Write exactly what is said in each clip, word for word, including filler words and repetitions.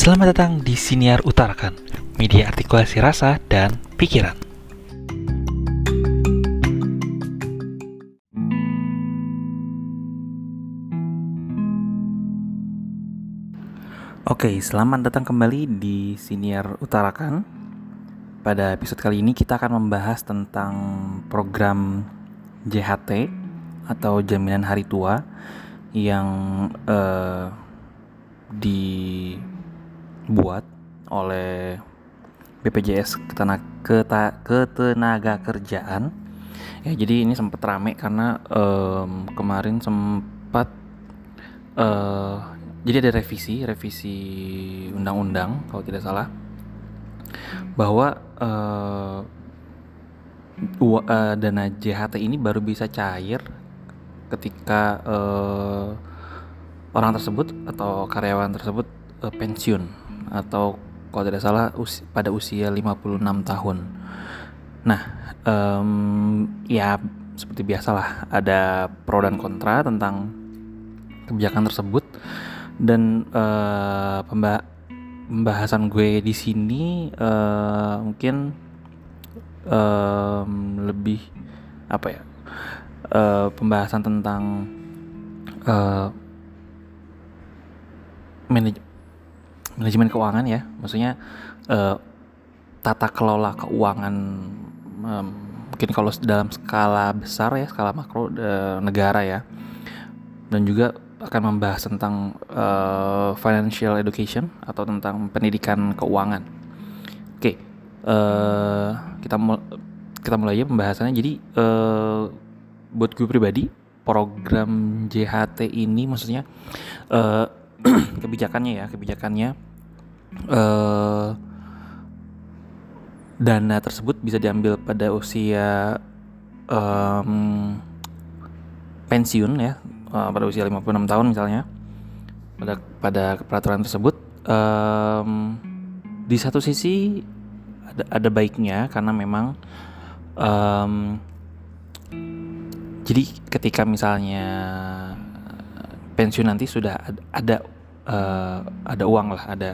Selamat datang di Siniar Utarakan, media artikulasi rasa dan pikiran. Oke, selamat datang kembali di Siniar Utarakan. Pada episode kali ini kita akan membahas tentang program J H T atau Jaminan Hari Tua yang uh, dibuat oleh B P J S Ketenaga, Keta, Ketenaga Kerjaan. Ya, jadi ini sempat rame karena um, kemarin sempat uh, jadi ada revisi, revisi undang-undang kalau tidak salah, bahwa uh, uh, dana J H T ini baru bisa cair ketika uh, orang tersebut atau karyawan tersebut uh, pensiun atau kalau tidak salah usi, pada usia lima puluh enam tahun. Nah, um, ya seperti biasalah ada pro dan kontra tentang kebijakan tersebut, dan uh, pemba- pembahasan gue di sini uh, mungkin um, lebih apa ya? Uh, pembahasan tentang uh, manaj- manajemen keuangan ya, maksudnya uh, tata kelola keuangan, um, mungkin kalau dalam skala besar ya, skala makro uh, negara ya, dan juga akan membahas tentang uh, financial education atau tentang pendidikan keuangan. Oke, uh, kita mul- kita mulai aja pembahasannya. Jadi uh, buat gue pribadi, program J H T ini maksudnya uh, kebijakannya ya, kebijakannya uh, dana tersebut bisa diambil pada usia um, pensiun ya, uh, pada usia lima puluh enam tahun misalnya. Pada pada peraturan tersebut um, di satu sisi ada, ada baiknya karena memang um, jadi ketika misalnya pensiun nanti sudah ada ada, uh, ada uang lah, ada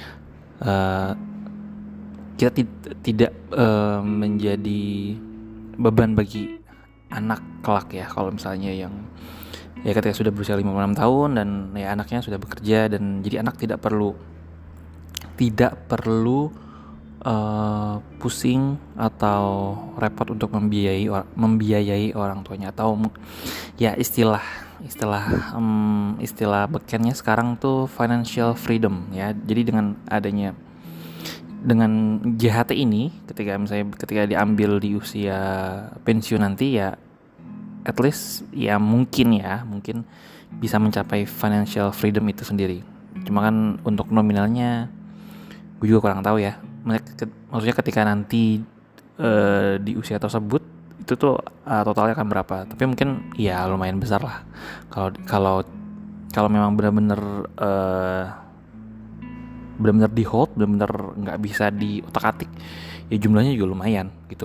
uh, kita t- tidak uh, menjadi beban bagi anak kelak ya, kalau misalnya yang ya ketika sudah berusia lima puluh enam tahun dan ya anaknya sudah bekerja, dan jadi anak tidak perlu tidak perlu Uh, pusing atau repot untuk membiayai or- membiayai orang tuanya, atau ya istilah istilah um, istilah bekennya sekarang tuh financial freedom ya. Jadi dengan adanya dengan J H T ini, ketika misalnya ketika diambil di usia pensiun nanti ya, at least ya mungkin ya mungkin bisa mencapai financial freedom itu sendiri. Cuma kan untuk nominalnya gue juga kurang tahu ya. Maksudnya ketika nanti uh, di usia tersebut itu tuh uh, totalnya akan berapa? Tapi mungkin ya lumayan besar lah. Kalau kalau kalau memang benar-benar uh, benar-benar di hold, benar-benar nggak bisa di otak-atik, ya jumlahnya juga lumayan gitu.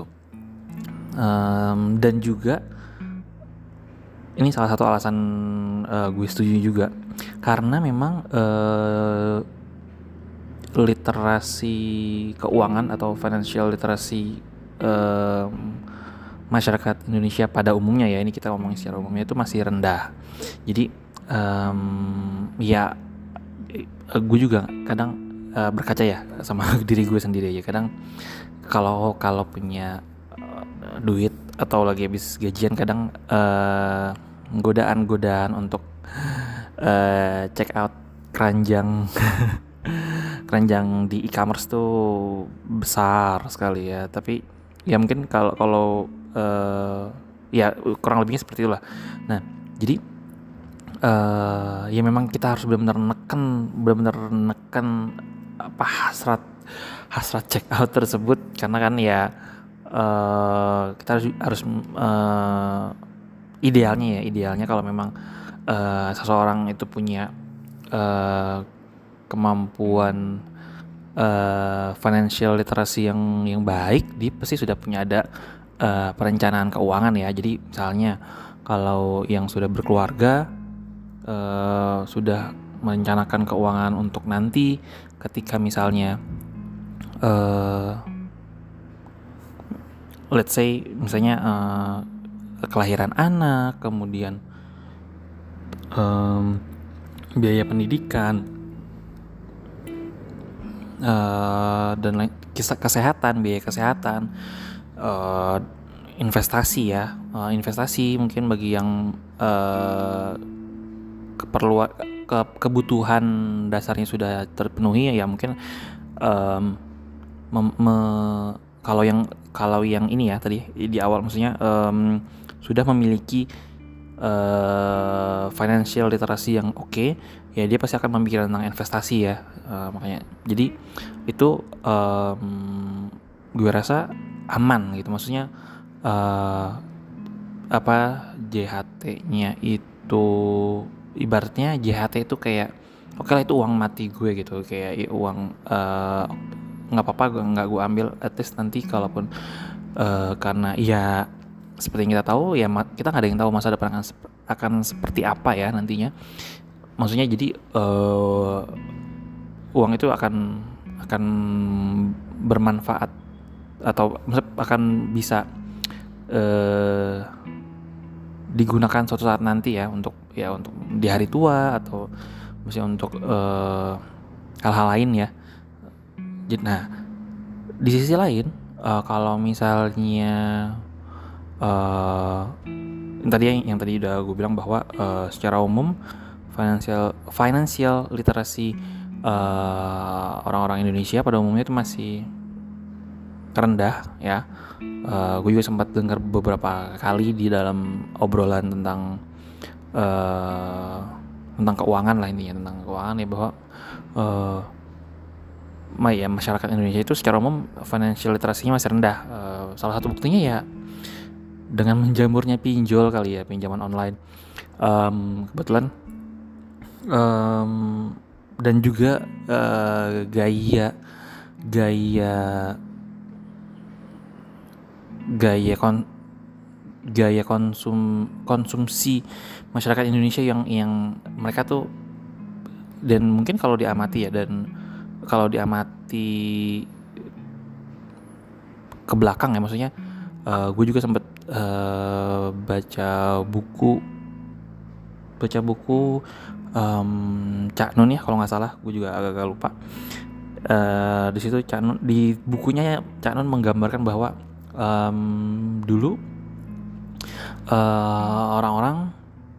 Um, dan juga ini salah satu alasan uh, gue setuju juga, karena memang uh, literasi keuangan atau financial literacy um, masyarakat Indonesia pada umumnya ya, ini kita ngomongin secara umumnya itu masih rendah. Jadi um, ya gue juga kadang uh, berkaca ya sama diri gue sendiri aja. Kadang kalau kalau punya uh, duit atau lagi habis gajian, kadang uh, godaan-godaan untuk uh, check out keranjang keranjang di e-commerce tuh besar sekali ya. Tapi ya mungkin kalau kalau uh, ya kurang lebihnya seperti itulah. Nah, jadi uh, ya memang kita harus benar-benar neken benar-benar neken apa hasrat hasrat check out tersebut, karena kan ya uh, kita harus harus uh, idealnya ya idealnya kalau memang uh, seseorang itu punya uh, kemampuan uh, financial literasi yang yang baik, dia pasti sudah punya ada uh, perencanaan keuangan ya. Jadi misalnya kalau yang sudah berkeluarga uh, sudah merencanakan keuangan untuk nanti ketika misalnya uh, let's say misalnya uh, kelahiran anak, kemudian um, biaya pendidikan, uh, dan lain, kisah kesehatan, biaya kesehatan, uh, investasi ya, uh, investasi mungkin bagi yang uh, keperluan ke, kebutuhan dasarnya sudah terpenuhi ya mungkin um, mem- me- kalau yang kalau yang ini ya tadi di awal maksudnya um, sudah memiliki uh, financial literasi yang oke okay, ya dia pasti akan memikirkan tentang investasi ya, uh, makanya jadi itu um, gue rasa aman gitu, maksudnya uh, apa J H T-nya itu ibaratnya J H T itu kayak oke okay lah itu uang mati gue gitu, kayak ya, uang nggak uh, apa-apa gue nggak gue ambil at least nanti kalaupun uh, karena ya seperti yang kita tahu ya kita nggak ada yang tahu masa depan akan, akan seperti apa ya nantinya, maksudnya jadi uh, uang itu akan akan bermanfaat atau akan bisa uh, digunakan suatu saat nanti ya untuk ya untuk di hari tua atau misalnya untuk uh, hal-hal lain ya. Jadi nah di sisi lain uh, kalau misalnya uh, yang tadi yang tadi udah gue bilang bahwa uh, secara umum financial financial literasi uh, orang-orang Indonesia pada umumnya itu masih rendah ya. Uh, gue juga sempat dengar beberapa kali di dalam obrolan tentang uh, tentang keuangan lah intinya tentang keuangan ya bahwa uh, ya masyarakat Indonesia itu secara umum financial literasinya masih rendah. Uh, salah satu buktinya ya dengan menjamurnya pinjol kali ya, pinjaman online. Um, kebetulan um, dan juga uh, gaya gaya gaya kon gaya konsum konsumsi masyarakat Indonesia yang yang mereka tuh, dan mungkin kalau diamati ya dan kalau diamati ke belakang ya maksudnya uh, gue juga sempat uh, baca buku baca buku um, Cak Nun ya kalau nggak salah, gue juga agak-agak lupa. Uh, di situ Cak Nun, di bukunya Cak Nun menggambarkan bahwa um, dulu uh, orang-orang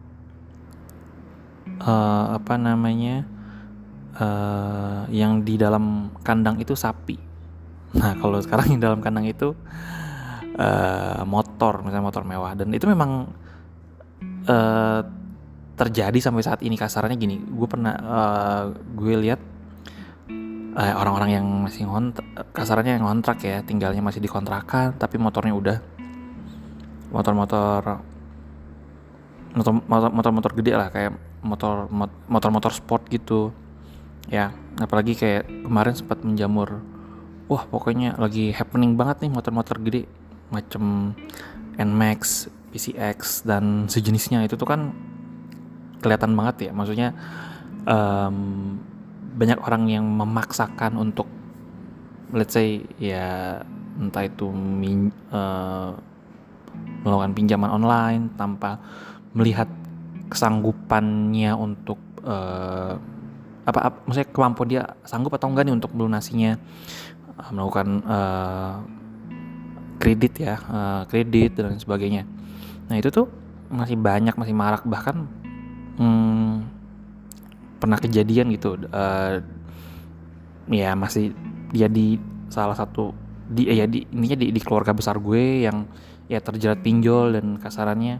uh, apa namanya uh, yang di dalam kandang itu sapi. Nah kalau sekarang yang dalam kandang itu uh, motor, misalnya motor mewah, dan itu memang uh, terjadi sampai saat ini. Kasarnya gini, gue pernah uh, gue lihat uh, orang-orang yang masih ngontrak, kasarnya yang ngontrak ya, tinggalnya masih di kontrakan, tapi motornya udah motor-motor motor motor-motor gede lah, kayak motor motor-motor sport gitu ya. Apalagi kayak kemarin sempat menjamur, wah pokoknya lagi happening banget nih motor-motor gede macam N-Max, P C X dan sejenisnya. Itu tuh kan kelihatan banget ya, maksudnya um, banyak orang yang memaksakan untuk let's say ya entah itu min, uh, melakukan pinjaman online tanpa melihat kesanggupannya untuk uh, apa, apa maksudnya kemampuan dia sanggup atau enggak nih untuk melunasinya, uh, melakukan uh, kredit ya, uh, kredit dan sebagainya. Nah itu tuh masih banyak, masih marak, bahkan hmm, pernah kejadian gitu uh, ya masih dia di salah satu di eh, ya di intinya di, di keluarga besar gue yang ya terjerat pinjol, dan kasarannya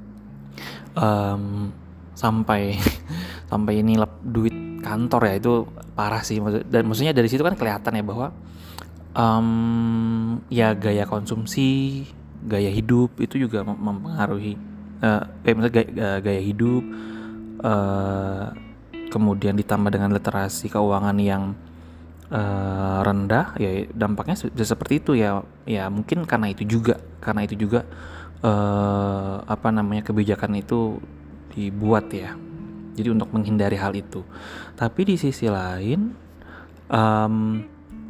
um, sampai sampai ini lep duit kantor ya. Itu parah sih, dan maksudnya dari situ kan kelihatan ya bahwa um, ya gaya konsumsi, gaya hidup itu juga mempengaruhi uh, eh maksudnya gaya, gaya hidup uh, kemudian ditambah dengan literasi keuangan yang uh, rendah ya dampaknya bisa seperti itu ya. Ya mungkin karena itu juga karena itu juga uh, apa namanya kebijakan itu dibuat ya. Jadi untuk menghindari hal itu. Tapi di sisi lain um,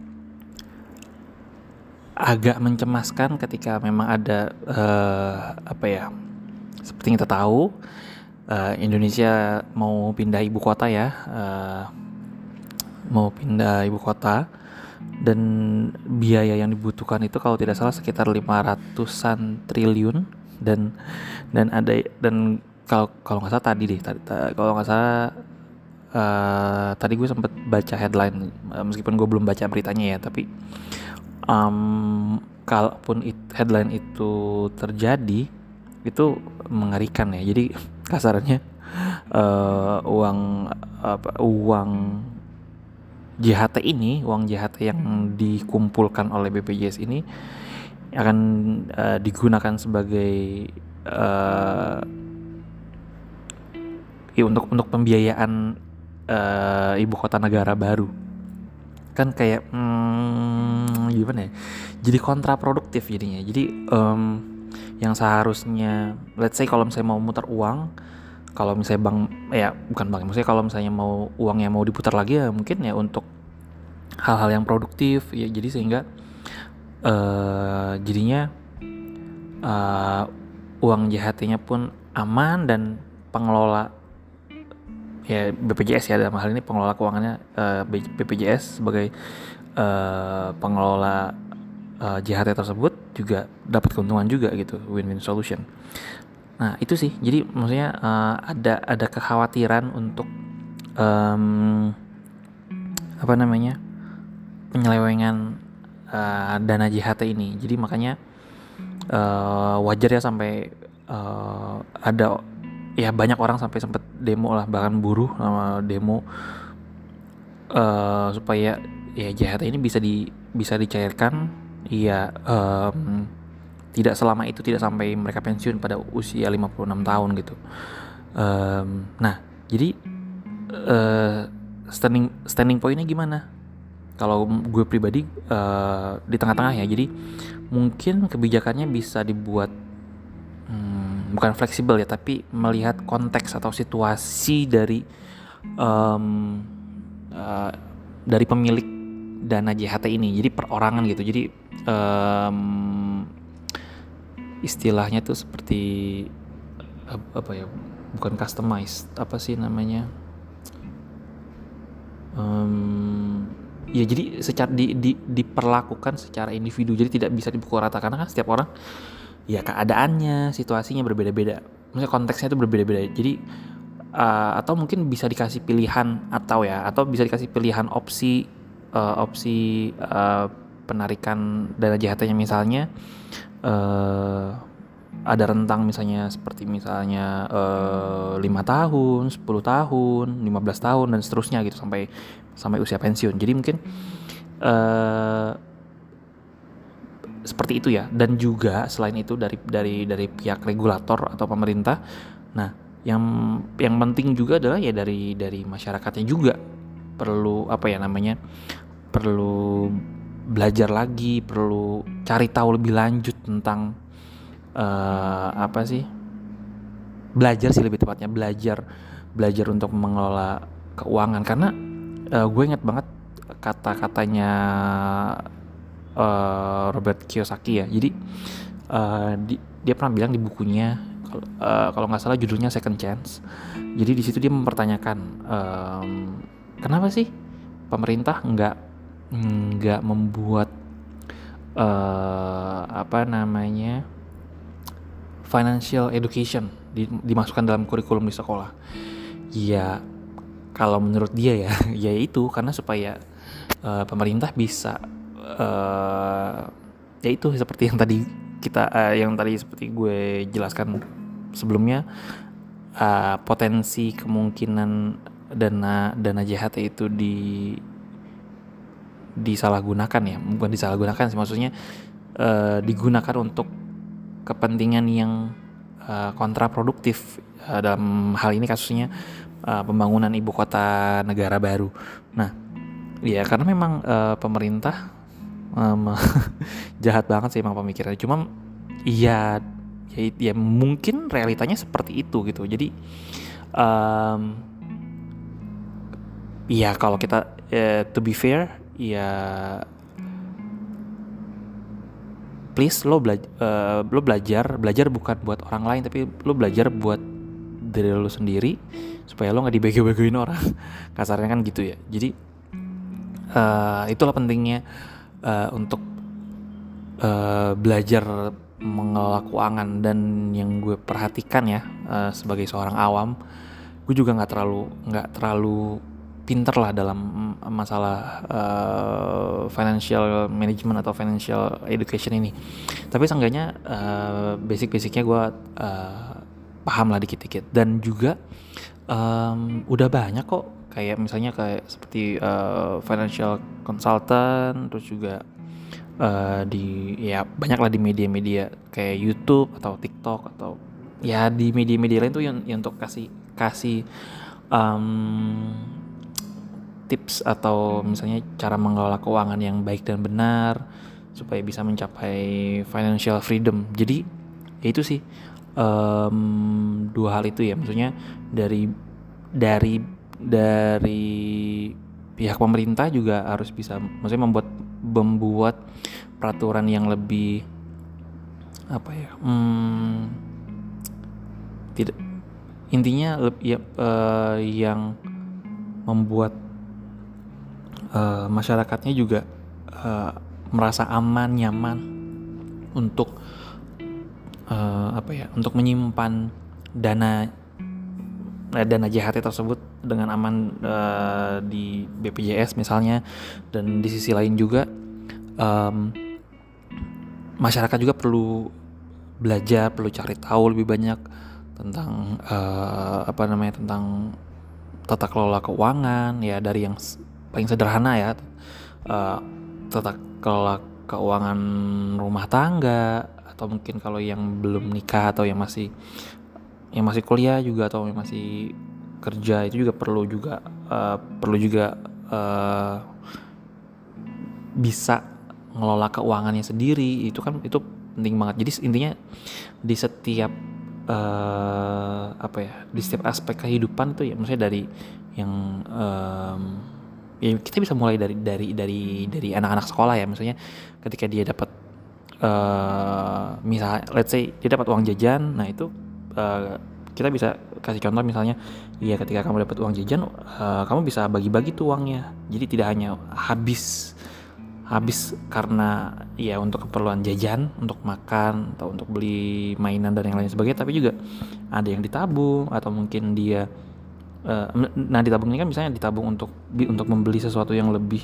agak mencemaskan ketika memang ada uh, apa ya, seperti yang kita tahu uh, Indonesia mau pindah ibu kota ya, uh, mau pindah ibu kota, dan biaya yang dibutuhkan itu kalau tidak salah sekitar lima ratusan triliun, dan dan ada dan kalau kalau nggak salah tadi deh tadi, kalau nggak salah uh, tadi gue sempet baca headline, uh, meskipun gue belum baca beritanya ya, tapi um, kalaupun it, headline itu terjadi itu mengerikan ya. Jadi kasarnya uh, uang apa uang J H T ini, uang J H T yang dikumpulkan oleh B P J S ini akan uh, digunakan sebagai uh, ya untuk untuk pembiayaan uh, ibu kota negara baru. Kan kayak hmm, gimana ya? Jadi kontraproduktif jadinya. Jadi um, yang seharusnya, let's say kalau misalnya mau muter uang, kalau misalnya bank, ya bukan bank, maksudnya kalau misalnya mau uangnya mau diputar lagi ya mungkin ya untuk hal-hal yang produktif ya, jadi sehingga uh, jadinya uh, uang J H T-nya pun aman, dan pengelola ya B P J S ya dalam hal ini pengelola keuangannya uh, B P J S sebagai uh, pengelola uh, J H T tersebut juga dapat keuntungan juga gitu, win-win solution. Nah itu sih, jadi maksudnya uh, ada ada kekhawatiran untuk um, apa namanya penyelewengan uh, dana J H T ini. Jadi makanya uh, wajar ya sampai uh, ada ya banyak orang sampai sempat demo lah, bahkan buruh sama demo uh, supaya ya J H T ini bisa di bisa dicairkan ya, um, tidak selama itu, tidak sampai mereka pensiun pada usia lima puluh enam tahun gitu. Um, nah, jadi uh, standing standing pointnya gimana? Kalau gue pribadi uh, di tengah-tengah ya. Jadi mungkin kebijakannya bisa dibuat hmm, bukan fleksibel ya, tapi melihat konteks atau situasi dari um, uh, dari pemilik dana J H T ini. Jadi perorangan gitu. Jadi um, istilahnya tuh seperti apa ya, bukan customized, apa sih namanya, um, ya jadi secara di, di, diperlakukan secara individu, jadi tidak bisa dipukul rata karena kan setiap orang ya keadaannya, situasinya berbeda-beda, maksudnya konteksnya itu berbeda-beda. Jadi uh, atau mungkin bisa dikasih pilihan atau ya atau bisa dikasih pilihan opsi uh, opsi uh, penarikan dana J H T-nya misalnya uh, ada rentang misalnya seperti misalnya uh, lima tahun, sepuluh tahun, lima belas tahun dan seterusnya gitu sampai sampai usia pensiun. Jadi mungkin uh, seperti itu ya. Dan juga selain itu dari dari dari pihak regulator atau pemerintah. Nah, yang yang penting juga adalah ya dari dari masyarakatnya juga perlu apa ya namanya? perlu belajar lagi, perlu cari tahu lebih lanjut tentang uh, apa sih? Belajar sih lebih tepatnya, belajar belajar untuk mengelola keuangan, karena uh, gue ingat banget kata-katanya uh, Robert Kiyosaki ya. Jadi uh, di, dia pernah bilang di bukunya, uh, kalau nggak salah judulnya Second Chance. Jadi di situ dia mempertanyakan um, kenapa sih pemerintah nggak nggak membuat uh, apa namanya financial education di, dimasukkan dalam kurikulum di sekolah. Ya kalau menurut dia ya, ya itu karena supaya uh, pemerintah bisa uh, ya itu seperti yang tadi kita uh, yang tadi seperti gue jelaskan sebelumnya, uh, potensi kemungkinan dana dana J H T itu di disalahgunakan ya, bukan disalahgunakan sih, maksudnya uh, digunakan untuk kepentingan yang uh, kontraproduktif, uh, dalam hal ini kasusnya uh, pembangunan ibu kota negara baru. Nah, ya karena memang uh, pemerintah um, jahat banget sih emang pemikirannya. Cuma ya, ya, ya mungkin realitanya seperti itu gitu. Jadi um, ya kalau kita uh, to be fair ya please lo belajar uh, lo belajar belajar bukan buat orang lain, tapi lo belajar buat diri lo sendiri supaya lo nggak dibego-begoin orang. Kasarnya kan gitu ya. Jadi uh, itulah pentingnya uh, untuk uh, belajar mengelola keuangan. Dan yang gue perhatikan ya uh, sebagai seorang awam, gue juga nggak terlalu nggak terlalu pinter lah dalam masalah uh, financial management atau financial education ini. Tapi seenggaknya uh, basic-basicnya gue uh, paham lah dikit-dikit. Dan juga um, udah banyak kok kayak misalnya kayak seperti uh, financial consultant, terus juga uh, di ya banyak lah di media-media kayak YouTube atau TikTok atau ya di media-media lain tuh yang, yang untuk kasih kasih um, tips atau misalnya cara mengelola keuangan yang baik dan benar supaya bisa mencapai financial freedom. Jadi ya itu sih um, dua hal itu ya, maksudnya dari dari dari pihak pemerintah juga harus bisa maksudnya membuat membuat peraturan yang lebih apa ya hmm, tidak intinya ya, uh, yang membuat Uh, masyarakatnya juga uh, merasa aman, nyaman untuk uh, apa ya, untuk menyimpan dana uh, dana J H T tersebut dengan aman uh, di B P J S misalnya. Dan di sisi lain juga um, masyarakat juga perlu belajar, perlu cari tahu lebih banyak tentang uh, apa namanya tentang tata kelola keuangan ya, dari yang paling sederhana ya uh, tata kelola keuangan rumah tangga, atau mungkin kalau yang belum nikah atau yang masih yang masih kuliah juga atau yang masih kerja itu juga perlu juga uh, perlu juga uh, bisa ngelola keuangannya sendiri. Itu kan itu penting banget. Jadi intinya di setiap uh, apa ya di setiap aspek kehidupan itu ya, maksudnya dari yang um, ya kita bisa mulai dari dari dari dari anak-anak sekolah ya, maksudnya ketika dia dapat uh, misalnya let's say dia dapat uang jajan, nah itu uh, kita bisa kasih contoh misalnya ya ketika kamu dapat uang jajan uh, kamu bisa bagi-bagi tuh uangnya, jadi tidak hanya habis habis karena ya untuk keperluan jajan, untuk makan atau untuk beli mainan dan yang lain sebagainya, tapi juga ada yang ditabung atau mungkin dia Uh, nah ditabung ini kan misalnya ditabung untuk untuk membeli sesuatu yang lebih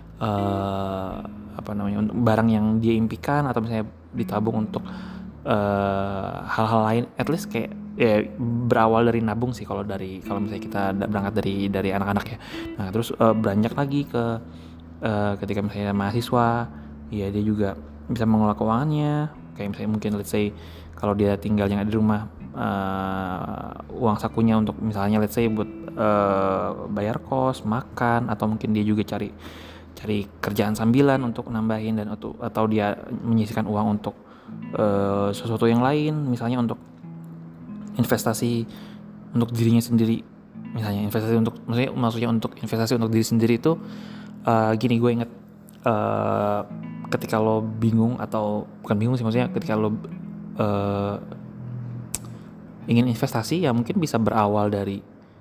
uh, apa namanya untuk barang yang dia impikan, atau misalnya ditabung untuk uh, hal-hal lain. At least kayak ya, berawal dari nabung sih kalau dari kalau misalnya kita berangkat dari dari anak-anak ya. Nah terus uh, beranjak lagi ke uh, ketika misalnya mahasiswa, ya dia juga bisa mengelola keuangannya. Kayak misalnya mungkin let's say kalau dia tinggalnya di rumah, uh, uang sakunya untuk misalnya let's say buat uh, bayar kos, makan, atau mungkin dia juga cari cari kerjaan sambilan untuk nambahin, dan atau, atau dia menyisihkan uang untuk uh, sesuatu yang lain, misalnya untuk investasi untuk dirinya sendiri, misalnya investasi untuk maksudnya maksudnya untuk investasi untuk diri sendiri itu uh, gini, gue inget uh, ketika lo bingung, atau bukan bingung sih, maksudnya ketika lo uh, ingin investasi ya mungkin bisa berawal dari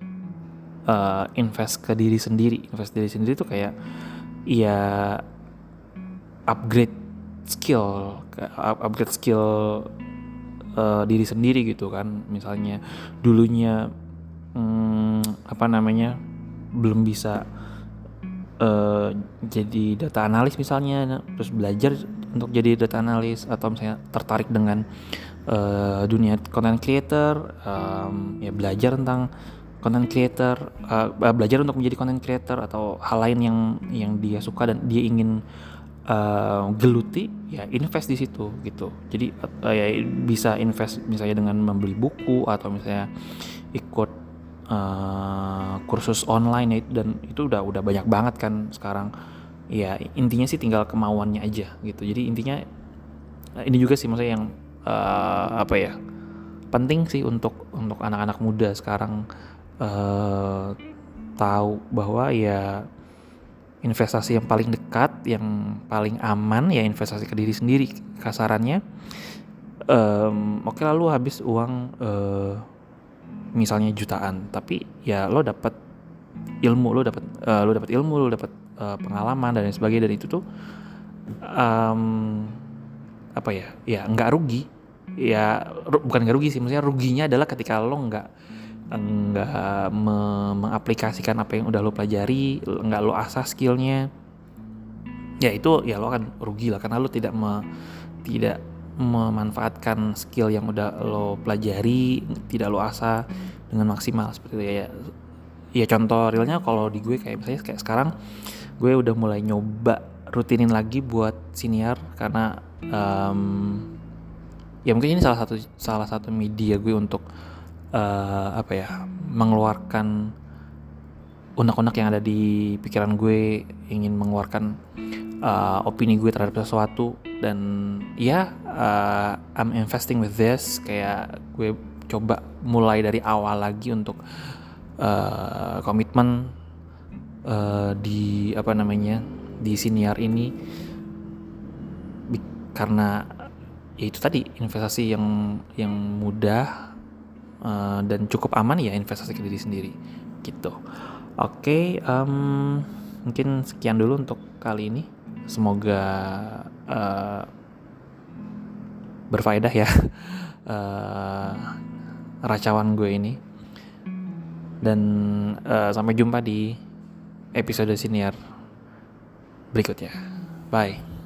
uh, invest ke diri sendiri. Invest diri sendiri itu kayak ya upgrade skill, upgrade skill uh, diri sendiri gitu kan. Misalnya dulunya hmm, apa namanya belum bisa uh, jadi data analis misalnya, terus belajar untuk jadi data analis, atau misalnya tertarik dengan uh, dunia content creator, um, ya belajar tentang content creator, uh, belajar untuk menjadi content creator atau hal lain yang yang dia suka dan dia ingin uh, geluti, ya invest di situ gitu. Jadi uh, ya bisa invest misalnya dengan membeli buku, atau misalnya ikut uh, kursus online ya, dan itu udah udah banyak banget kan sekarang. Ya intinya sih tinggal kemauannya aja gitu. Jadi intinya ini juga sih maksudnya yang uh, apa ya penting sih untuk untuk anak-anak muda sekarang, uh, tahu bahwa ya investasi yang paling dekat, yang paling aman ya investasi ke diri sendiri kasarannya. Um, Oke okay, lalu habis uang uh, misalnya jutaan, tapi ya lo dapat ilmu, lo dapat uh, lo dapat ilmu, lo dapat uh, pengalaman dan lain sebagainya, dan itu tuh um, apa ya ya nggak rugi ya ru- bukan nggak rugi sih, maksudnya ruginya adalah ketika lo nggak nggak me- mengaplikasikan apa yang udah lo pelajari, nggak lo asah skillnya, ya itu ya lo akan rugi lah, karena lo tidak me, tidak memanfaatkan skill yang udah lo pelajari, tidak lo asah dengan maksimal seperti itu ya. Ya contoh realnya kalau di gue kayak misalnya kayak sekarang gue udah mulai nyoba rutinin lagi buat siniar, karena um, ya mungkin ini salah satu salah satu media gue untuk uh, apa ya mengeluarkan unek-unek yang ada di pikiran gue, ingin mengeluarkan uh, opini gue terhadap sesuatu. Dan ya uh, I'm investing with this, kayak gue coba mulai dari awal lagi untuk uh, komitmen uh, di apa namanya di siniar ini, karena ya itu tadi investasi yang yang mudah uh, dan cukup aman ya investasi ke diri sendiri gitu. Oke, okay, um, mungkin sekian dulu untuk kali ini. Semoga uh, berfaedah ya uh, racauan gue ini. Dan uh, sampai jumpa di episode siniar berikutnya. Bye.